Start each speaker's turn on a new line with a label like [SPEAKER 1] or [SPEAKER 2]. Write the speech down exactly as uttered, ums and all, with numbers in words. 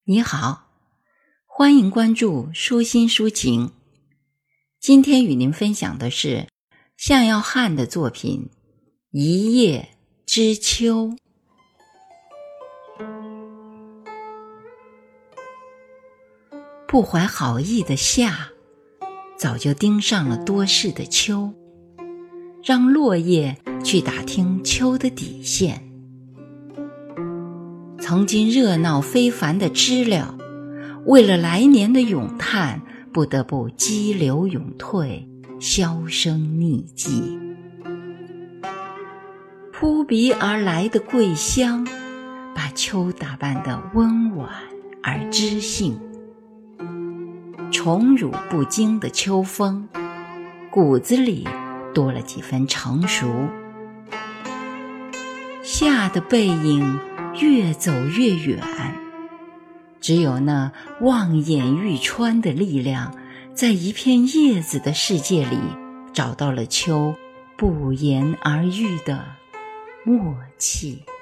[SPEAKER 1] 你好，欢迎关注舒心抒情。今天与您分享的是向耀汉的作品《一叶知秋》。不怀好意的夏，早就盯上了多事的秋，让落叶去打听秋的底线。曾经热闹非凡的知了，为了来年的咏叹，不得不激流勇退，销声匿迹。扑鼻而来的桂香，把秋打扮得温婉而知性。宠辱不惊的秋风，骨子里多了几分成熟。夏的背影越走越远，只有那望眼欲穿的力量，在一片叶子的世界里找到了秋不言而喻的默契。